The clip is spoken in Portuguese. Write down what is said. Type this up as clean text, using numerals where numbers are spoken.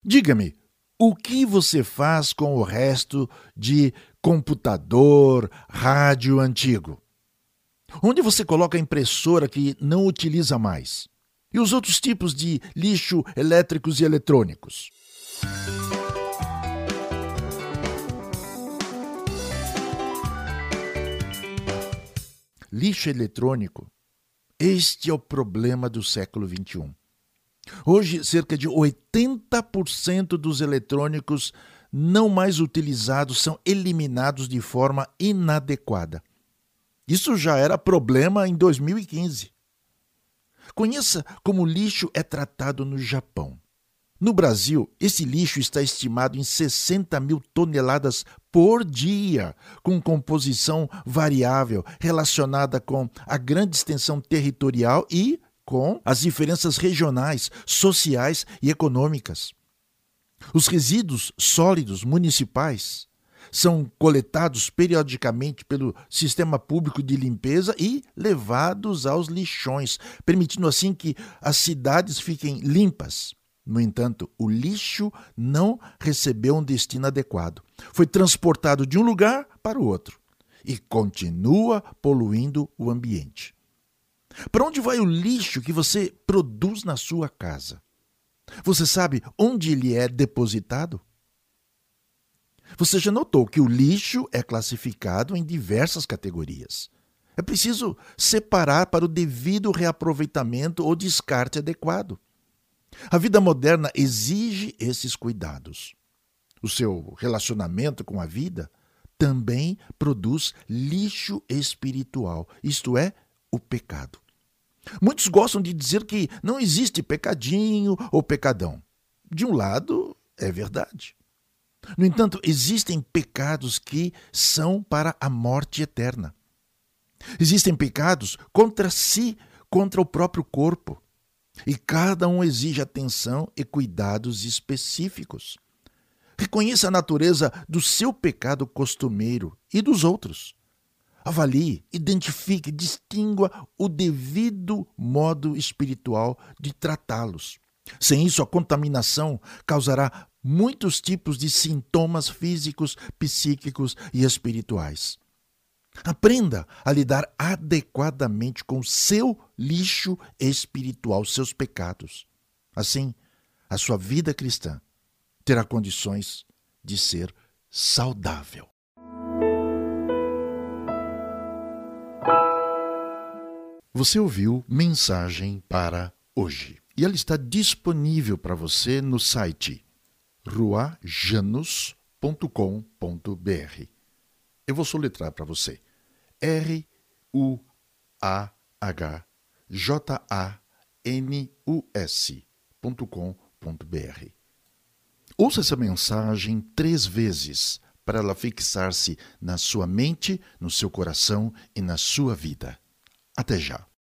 Diga-me, o que você faz com o resto de computador, rádio antigo? Onde você coloca a impressora que não utiliza mais? E os outros tipos de lixo elétricos e eletrônicos? Lixo eletrônico. Este é o problema do século XXI. Hoje, cerca de 80% dos eletrônicos não mais utilizados são eliminados de forma inadequada. Isso já era problema em 2015. Conheça como o lixo é tratado no Japão. No Brasil, esse lixo está estimado em 60 mil toneladas por dia, com composição variável relacionada com a grande extensão territorial e com as diferenças regionais, sociais e econômicas. Os resíduos sólidos municipais são coletados periodicamente pelo Sistema Público de Limpeza e levados aos lixões, permitindo assim que as cidades fiquem limpas. No entanto, o lixo não recebeu um destino adequado. Foi transportado de um lugar para o outro e continua poluindo o ambiente. Para onde vai o lixo que você produz na sua casa? Você sabe onde ele é depositado? Você já notou que o lixo é classificado em diversas categorias. É preciso separar para o devido reaproveitamento ou descarte adequado. A vida moderna exige esses cuidados. O seu relacionamento com a vida também produz lixo espiritual, isto é, o pecado. Muitos gostam de dizer que não existe pecadinho ou pecadão. De um lado, é verdade. No entanto, existem pecados que são para a morte eterna. Existem pecados contra si, contra o próprio corpo. E cada um exige atenção e cuidados específicos. Reconheça a natureza do seu pecado costumeiro e dos outros. Avalie, identifique, distingua o devido modo espiritual de tratá-los. Sem isso, a contaminação causará muitos tipos de sintomas físicos, psíquicos e espirituais. Aprenda a lidar adequadamente com o seu lixo espiritual, seus pecados. Assim, a sua vida cristã terá condições de ser saudável. Você ouviu Mensagem para Hoje. E ela está disponível para você no site ruajanus.com.br. Eu vou soletrar para você. ruajanus.com.br. Ouça essa mensagem 3 vezes para ela fixar-se na sua mente, no seu coração e na sua vida. Até já.